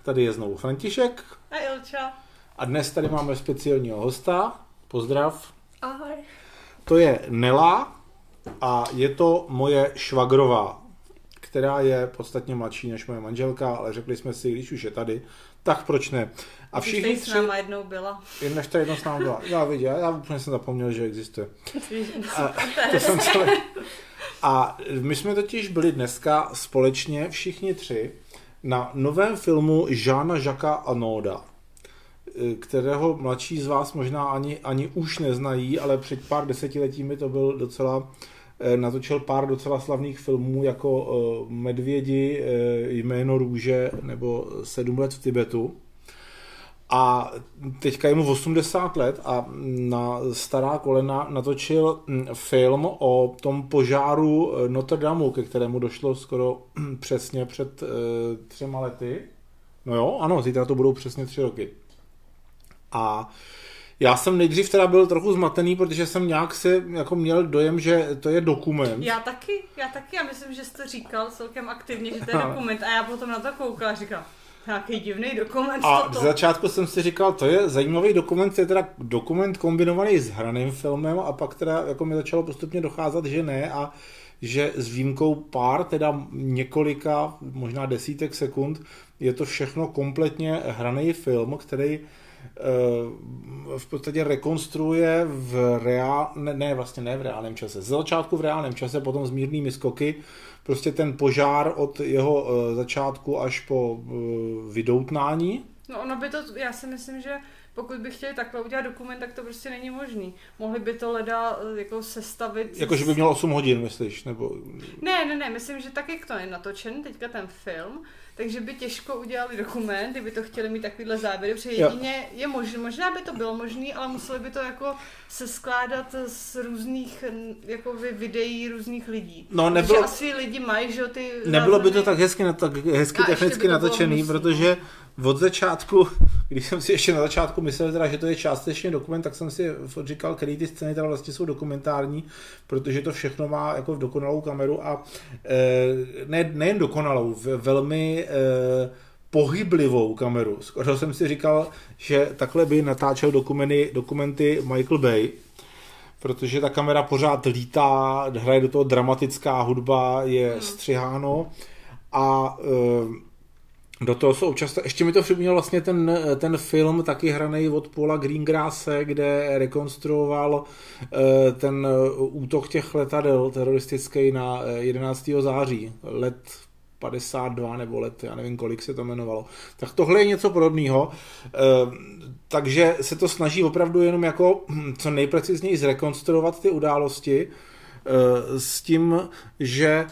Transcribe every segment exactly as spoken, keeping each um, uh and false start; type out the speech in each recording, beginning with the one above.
tady je znovu František. A Ilča. A dnes tady máme speciálního hosta. Pozdrav. Ahoj. To je Nela a je to moje švagrová, která je podstatně mladší než moje manželka, ale řekli jsme si, když už je tady, tak proč ne. A všichni tři... s náma jednou byla. Jen než to jednou s náma byla. Já viděl, já úplně jsem zapomněl, že existuje. A, to jsem celé... a my jsme totiž byli dneska společně všichni tři na novém filmu Jeana Jacquesa Anauda, kterého mladší z vás možná ani, ani už neznají, ale před pár desetiletími to byl docela, natočil pár docela slavných filmů jako Medvědi, Jméno růže nebo Sedm let v Tibetu. A teďka je mu osmdesát let a na stará kolena natočil film o tom požáru Notre Damu, ke kterému došlo skoro přesně před třema lety. No jo, ano, zítra to budou přesně tři roky. A já jsem nejdřív teda byl trochu zmatený, protože jsem nějak si jako měl dojem, že to je dokument. Já taky, já taky, já myslím, že jste říkal celkem aktivně, že to je dokument a já potom na to koukala a říkal, nějaký divný dokument. A toto. v začátku jsem si říkal, to je zajímavý dokument, to je teda dokument kombinovaný s hraným filmem a pak teda jako mi začalo postupně docházet, že ne a že s výjimkou pár, teda několika, možná desítek sekund, je to všechno kompletně hraný film, který v podstatě rekonstruuje v reál, ne, ne vlastně ne v reálném čase, z začátku v reálném čase, potom s mírnými skoky, prostě ten požár od jeho začátku až po vydoutnání. No ono by to, já si myslím, že pokud by chtěli takhle udělat dokument, tak to prostě není možný. Mohli by to leda jako sestavit... Jako, že by měl osm hodin, myslíš? Nebo... Ne, ne, ne, myslím, že tak, jak to je natočen, teďka ten film, takže by těžko udělali dokument, kdyby to chtěli mít takovýhle záběry, protože jedině je možné, možná by to bylo možné, ale museli by to jako se skládat z různých jako videí různých lidí. No, nebylo... Protože asi lidi mají, že ty Nebylo záznamy... by to tak hezky, tak hezky technicky natočený, protože od začátku, když jsem si ještě na začátku myslel, teda, že to je částečně dokument, tak jsem si říkal, který ty scény teda vlastně jsou dokumentární, protože to všechno má jako v dokonalou kameru a ne, nejen dokonalou, velmi pohyblivou kameru. Skoro jsem si říkal, že takhle by natáčel dokumenty, dokumenty Michael Bay, protože ta kamera pořád lítá, hraje do toho dramatická hudba, je hmm. střiháno a do toho jsou často, ještě mi to připomněl vlastně ten, ten film taky hraný od Paula Greengrasse, kde rekonstruoval ten útok těch letadel teroristický na jedenáctého září, let padesát dva nebo let, já nevím, kolik se to jmenovalo. Tak tohle je něco podobného, takže se to snaží opravdu jenom jako co nejprecizněji zrekonstruovat ty události, s tím, že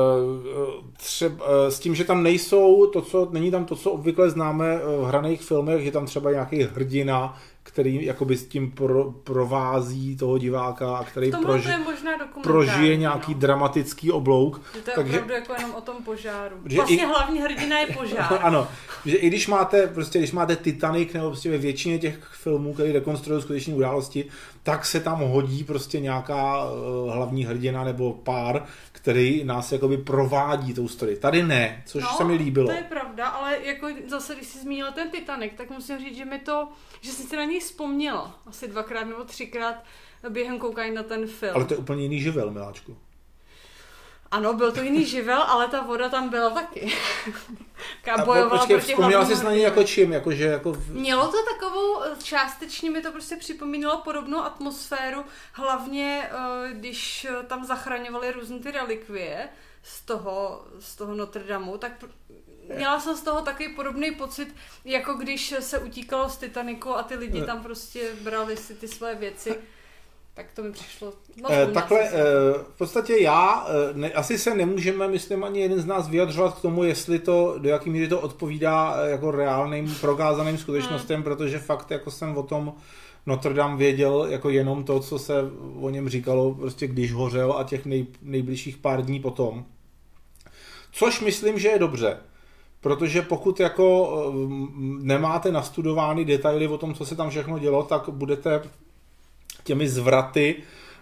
třeba, s tím, že tam nejsou to, co, není tam to, co obvykle známe v hraných filmech, že tam třeba nějaký hrdina, který jakoby s tím pro, provází toho diváka a který proži, prožije nějaký no. dramatický oblouk. Že to je takže, opravdu jako jenom o tom požáru. Že vlastně i, hlavní hrdina je požár. Ano, že i když máte, prostě, když máte Titanic nebo prostě ve většině těch filmů, které rekonstruují skutečné události, tak se tam hodí prostě nějaká uh, hlavní hrdina nebo pár, který nás jakoby provádí tou story. Tady ne, což no, se mi líbilo. To je pravda, ale jako zase, když jsi zmínil ten Titanic, tak musím říct, že mi to, že jsem si na něj vzpomněla asi dvakrát nebo třikrát během koukání na ten film. Ale to je úplně jiný živel, miláčku. Ano, byl to jiný živel, ale ta voda tam byla taky. Bojovala počkej, proti vzpomněla jsi na něj jako čím? Jako, že jako... Mělo to takovou, částečně mi to prostě připomínalo podobnou atmosféru, hlavně když tam zachraňovali různé ty relikvie z toho, z toho Notre Damu, tak měla jsem z toho takový podobný pocit, jako když se utíkalo z Titaniku a ty lidi tam prostě brali si ty své věci. Tak to mi přišlo. No, eh, takhle, eh, v podstatě já, eh, ne, asi se nemůžeme, myslím, ani jeden z nás vyjadřovat k tomu, jestli to, do jaký míry to odpovídá eh, jako reálným prokázaným skutečnostem, hmm. protože fakt, jako jsem o tom Notre Dame věděl, jako jenom to, co se o něm říkalo, prostě když hořel a těch nej, nejbližších pár dní potom. Což myslím, že je dobře. Protože pokud jako nemáte nastudovány detaily o tom, co se tam všechno dělo, tak budete těmi zvraty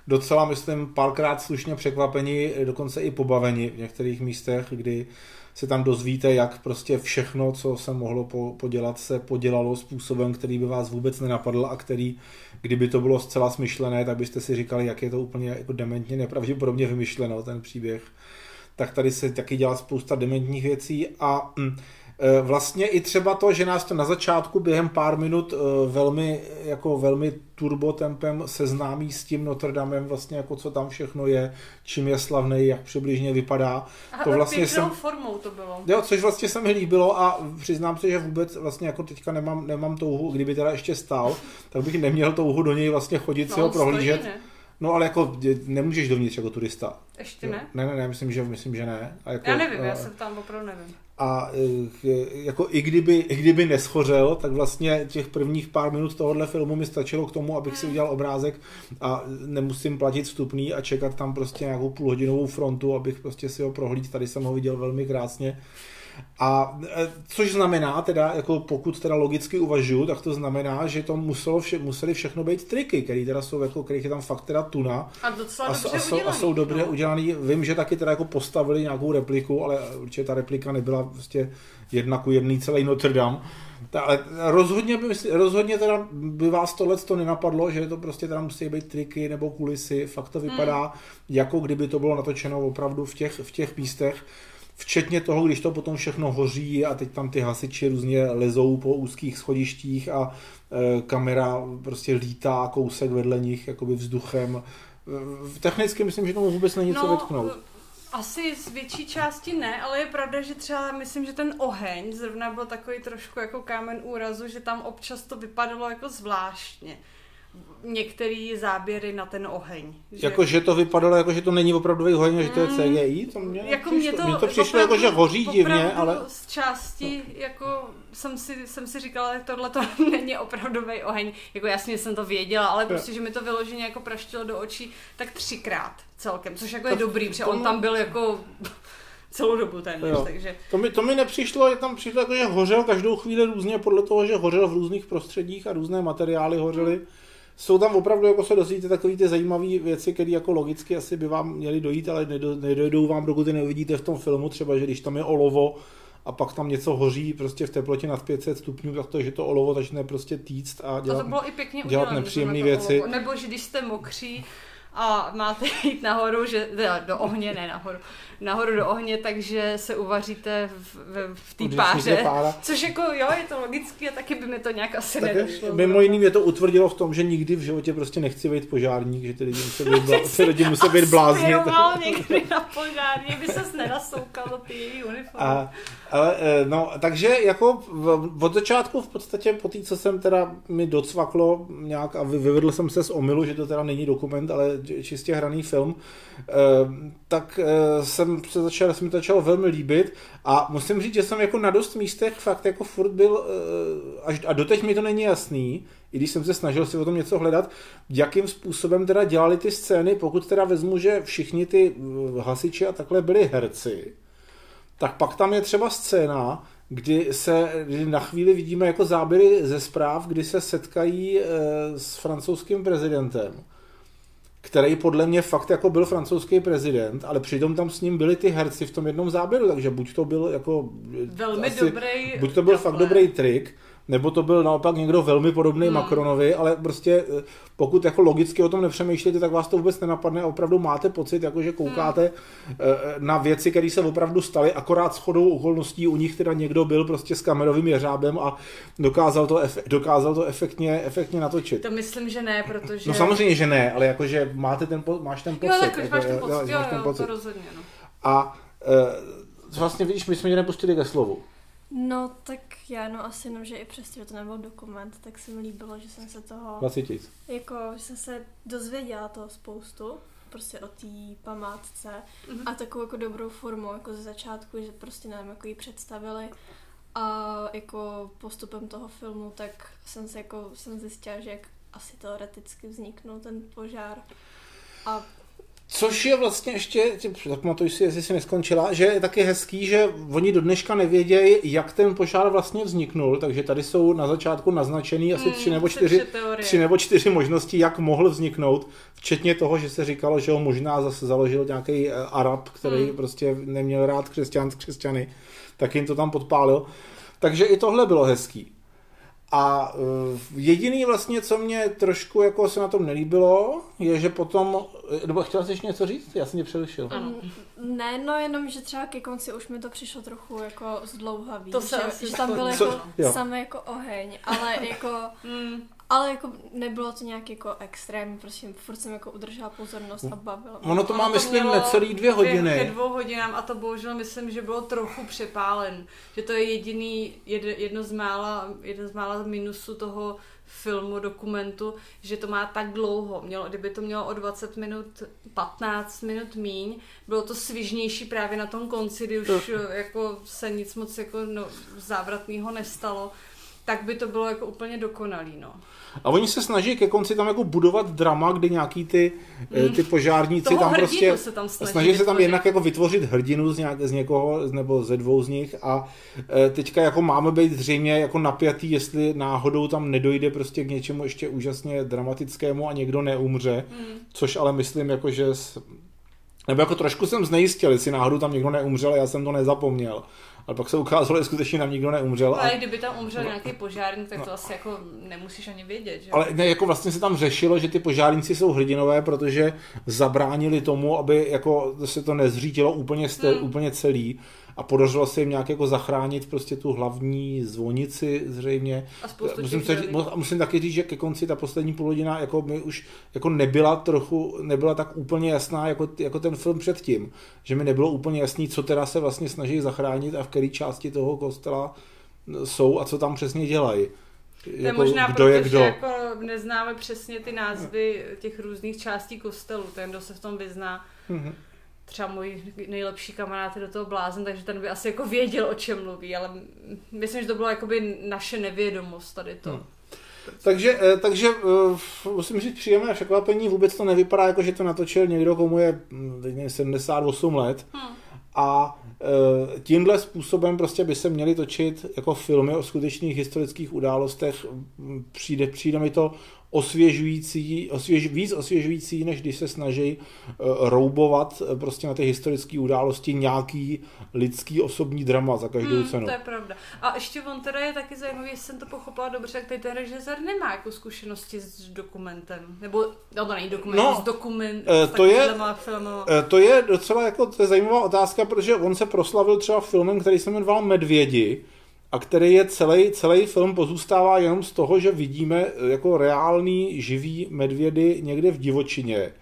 docela, myslím, párkrát slušně překvapeni, dokonce i pobaveni v některých místech, kdy se tam dozvíte, jak prostě všechno, co se mohlo podělat, se podělalo způsobem, který by vás vůbec nenapadl a který, kdyby to bylo zcela smyšlené, tak byste si říkali, jak je to úplně jako dementně nepravděpodobně vymyšleno, ten příběh. Tak tady se taky dělá spousta dementních věcí a mm, vlastně i třeba to, že nás to na začátku během pár minut velmi, jako velmi turbotempem seznámí s tím Notre Damem, vlastně jako co tam všechno je, čím je slavný, jak přibližně vypadá. A to vlastně pěknou jsem, formou to bylo. Jo, což vlastně se mi líbilo a přiznám se, že vůbec vlastně jako teďka nemám, nemám touhu, kdyby teda ještě stál, tak bych neměl touhu do něj vlastně chodit no, si ho prohlížet. Stojí, no ale jako nemůžeš dovnitř jako turista. Ještě ne? Ne, ne, ne, myslím, že, myslím, že ne. A jako, já nevím, uh, já jsem tam opravdu nevím. A jako i kdyby, i kdyby neschořel, tak vlastně těch prvních pár minut tohohle filmu mi stačilo k tomu, abych si udělal obrázek a nemusím platit vstupný a čekat tam prostě nějakou půlhodinovou frontu, abych prostě si ho prohlídl. Tady jsem ho viděl velmi krásně. A což znamená, teda, jako pokud teda logicky uvažuju, tak to znamená, že to muselo vše, museli všechno být triky, které teda jsou, jako, kterých je tam fakt teda tuna. A docela a, dobře a, jsou, udělaný, a jsou dobře no. udělaný. Vím, že taky teda jako postavili nějakou repliku, ale určitě ta replika nebyla prostě jedna ku jedný celý Notre Dame. Ta, ale rozhodně by, rozhodně teda by vás tohleto nenapadlo, že to prostě teda musí být triky nebo kulisy. Fakt to vypadá, hmm. jako kdyby to bylo natočeno opravdu v těch, v těch místech. Včetně toho, když to potom všechno hoří a teď tam ty hasiči různě lezou po úzkých schodištích a e, kamera prostě lítá kousek vedle nich jakoby vzduchem. E, technicky myslím, že tomu vůbec není co no, vytknout. Asi z větší části ne, ale je pravda, že třeba myslím, že ten oheň zrovna byl takový trošku jako kámen úrazu, že tam občas to vypadalo jako zvláštně. Některé záběry na ten oheň. Že... Jako, že to vypadalo jako, že to není opravdový oheň, a že to je C G I? To mě jako přišlo, mě to, mě to přišlo opravdu, jako, že hoří divně, ale... z části, no. jako jsem si, jsem si říkala, že tohle to není opravdový oheň. Jako jasně jsem to věděla, ale prostě, že mi to vyloženě jako praštilo do očí tak třikrát celkem, což jako je to, dobrý, protože to... on tam byl jako... celou dobu téměř, takže... To mi, to mi nepřišlo, je tam přišlo jako, že hořel každou chvíli různě podle toho, že hořel v různých prostředích a různé materiály hořely. Hmm. Jsou tam opravdu, jako se dozvíte, takové ty zajímavé věci, které jako logicky asi by vám měly dojít, ale nedojdou vám, dokud je neuvidíte v tom filmu, třeba, že když tam je olovo a pak tam něco hoří prostě v teplotě nad pět set stupňů, tak to, že to olovo začne prostě týct a dělat, a to bylo i pěkně dělat nepříjemné věci. Olovo. Nebo že když jste mokří a máte jít nahoru, že, do ohně, ne nahoru, nahoru do ohně, takže se uvaříte v, v, v té páře, což jako jo, je to logický a taky by mi to nějak asi tak nedošlo. Mimo jiným mě to utvrdilo v tom, že nikdy v životě prostě nechci být požárník, že ty lidi musí být, bla, ty lidi musí být blázni. Aspiroval někdy na požární, by ses nenasoukal do ty její uniformy. Ale no, takže jako od začátku v podstatě po té, co jsem teda mi docvaklo nějak a vyvedl jsem se z omylu, že to teda není dokument, ale čistě hraný film, tak jsem se začal, jsem to začal velmi líbit a musím říct, že jsem jako na dost místech fakt jako furt byl, až, a doteď mi to není jasný, i když jsem se snažil si o tom něco hledat, jakým způsobem teda dělali ty scény, pokud teda vezmu, že všichni ty hasiči a takhle byli herci, tak pak tam je třeba scéna, kdy se kdy na chvíli vidíme jako záběry ze zpráv, kdy se setkají e, s francouzským prezidentem, který podle mě fakt jako byl francouzský prezident, ale přitom tam s ním byli ty herci v tom jednom záběru, takže buď to byl jako... Velmi asi, dobrý... Buď to byl fakt dobrý trik, nebo to byl naopak někdo velmi podobný hmm. Macronovi, ale prostě pokud jako logicky o tom nepřemýšlíte, tak vás to vůbec nenapadne a opravdu máte pocit, jako že koukáte hmm. na věci, které se opravdu staly, akorát shodou okolností u nich teda někdo byl prostě s kamerovým jeřábem a dokázal to, efe, dokázal to efektně, efektně natočit. To myslím, že ne, protože... No samozřejmě, že ne, ale jakože máte ten, máš ten pocit. Jo, tak jako, máš ten pocit, jo, jo, máš ten pocit. to rozhodně, no. A e, vlastně vidíš, my jsme mě nepustili ke slovu. No, tak já no asi jenom, že i přesto, že to nebyl dokument, tak se mi líbilo, že jsem se toho... dvacet Jako, že jsem se dozvěděla toho spoustu, prostě o té památce mm-hmm. a takovou jako dobrou formu, jako ze začátku, že prostě nevím, jako ji představili a jako postupem toho filmu, tak jsem se jako, jsem zjistila, že jak asi teoreticky vzniknul ten požár a Což je vlastně ještě, tak pamatuju si, jestli si neskončila, že je taky hezký, že oni do dneška nevědějí, jak ten požár vlastně vzniknul, takže tady jsou na začátku naznačený asi tři nebo čtyři, tři nebo čtyři možnosti, jak mohl vzniknout, včetně toho, že se říkalo, že ho možná zase založil nějaký Arab, který hmm. prostě neměl rád křesťan, křesťany, tak jim to tam podpálil. Takže i tohle bylo hezký. A uh, jediný vlastně, co mě trošku jako se na tom nelíbilo, je, že potom, nebo chtěla jsi ještě něco říct? Já jsem tě přerušil. Ano. Ne, no jenom, že třeba ke konci už mi to přišlo trochu jako zdlouhavý. To se že, že tam byl jako samý jako oheň, ale jako... mm. Ale jako nebylo to nějak jako extrém, prostě furt jsem jako udržela pozornost a bavila. Ono to má, ono myslím, necelý dvě hodiny. Ke dvou hodinám a to bohužel myslím, že bylo trochu přepálen. Že to je jediný, jedno z mála, jedno z mála minusů toho filmu, dokumentu, že to má tak dlouho. Mělo, kdyby to mělo o dvacet minut, patnáct minut míň, bylo to svižnější právě na tom konci, kdy už jako se nic moc jako no, závratného nestalo. Tak by to bylo jako úplně dokonalý, no. A oni se snaží ke konci tam jako budovat drama, kdy nějaký ty, mm. ty požárníci Toho tam prostě se tam snaží, snaží se tam jednak jako vytvořit hrdinu z, nějak, z někoho nebo ze dvou z nich a e, teďka jako máme být zřejmě jako napjatý, jestli náhodou tam nedojde prostě k něčemu ještě úžasně dramatickému a někdo neumře, mm. což ale myslím jako, že s, nebo jako trošku jsem znejistil, jestli náhodou tam někdo neumřel, já jsem to nezapomněl. Ale pak se ukázalo, že skutečně nám nikdo neumřel. Ale kdyby tam umřel nějaký požárník, tak to no. asi jako nemusíš ani vědět, že? Ale ne, jako vlastně se tam řešilo, že ty požárníci jsou hrdinové, protože zabránili tomu, aby jako se to nezřítilo úplně, stel, hmm. úplně celý. A podařilo se jim nějak jako zachránit prostě tu hlavní zvonici zřejmě. A musím, se, musím taky říct, že ke konci ta poslední půlhodina jako mi už jako nebyla trochu, nebyla tak úplně jasná jako, jako ten film předtím. Že mi nebylo úplně jasný, co teda se vlastně snaží zachránit a v které části toho kostela jsou a co tam přesně dělají. To je jako, možná kdo protože je kdo. Jako neznáme přesně ty názvy těch různých částí kostelu. Ten, kdo se v tom vyzná. Mm-hmm. Třeba můj nejlepší kamarád je do toho blázen, takže ten by asi jako věděl, o čem mluví, ale myslím, že to bylo jakoby naše nevědomost tady to. Hmm. Takže, takže musím říct příjemné překvapení, vůbec to nevypadá jako, že to natočil někdo, komu je sedmdesát osm let hmm. a tímhle způsobem prostě by se měly točit jako filmy o skutečných historických událostech, přijde, přijde mi to osvěžující, osvěž, víc osvěžující, než když se snaží uh, roubovat uh, prostě na ty historické události nějaký lidský osobní drama za každou hmm, cenu. To je pravda. A ještě on teda je taky zajímavý, jestli jsem to pochopila dobře, tak tady ten režisér nemá jako zkušenosti s dokumentem. Nebo, no to není dokument, no, s dokument, uh, s to je, filmem. Uh, to je docela jako to je zajímavá otázka, protože on se proslavil třeba filmem, který se jmenoval Medvědi, a který je celý, celý film pozůstává jenom z toho, že vidíme jako reálný živý medvědy někde v divočině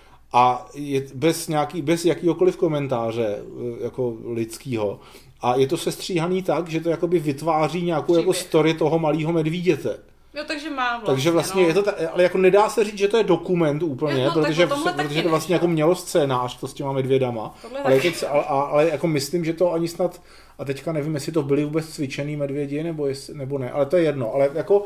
a je bez, nějaký, bez jakýhokoliv komentáře jako lidskýho. A je to sestříhaný tak, že to jakoby vytváří nějakou jako story toho malého medvíděte. Jo, takže má vlastně, Takže vlastně no. je to ta, ale jako nedá se říct, že to je dokument úplně, no, protože, protože to vlastně jako mělo scénář to s těma medvědama, ale, je to, ale, ale jako myslím, že to ani snad, a teďka nevím, jestli to byly vůbec cvičený medvědi, nebo, jest, nebo ne, ale to je jedno, ale jako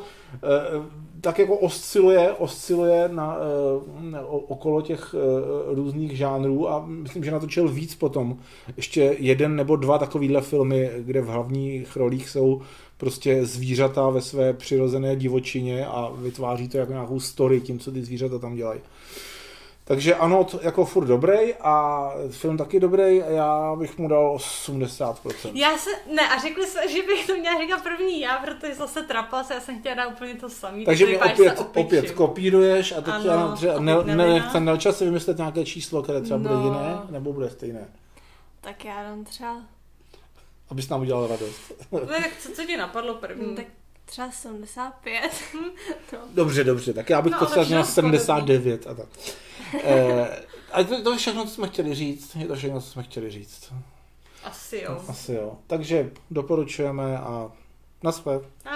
tak jako osciluje, osciluje na, na, okolo těch různých žánrů a myslím, že natočil víc potom. Ještě jeden nebo dva takovýhle filmy, kde v hlavních rolích jsou prostě zvířata ve své přirozené divočině a vytváří to jako nějakou story tím, co ty zvířata tam dělají. Takže ano, to jako furt dobrý a film taky dobrý a já bych mu dal osmdesát procent. Já se, ne, a řekli jsme, že bych to měla říkat první já, protože zase trapal se, já jsem chtěla dát úplně to samý. Takže mě opět, opět kopíruješ a teď ano, třeba ne, ne, ne, nelčal si vymyslet nějaké číslo, které třeba no. bude jiné, nebo bude stejné. Tak já dám třeba... Abys nám udělal radost. No, tak co, co ti napadlo první? Hmm, tak třeba sedmdesát pět. no. Dobře, dobře, tak já bych no, to třeba měl sedmdesát devět a tak. eh, ale to, to je všechno, co jsme chtěli říct. Je to všechno, co jsme chtěli říct. Asi jo. Asi jo. Takže doporučujeme a naschle.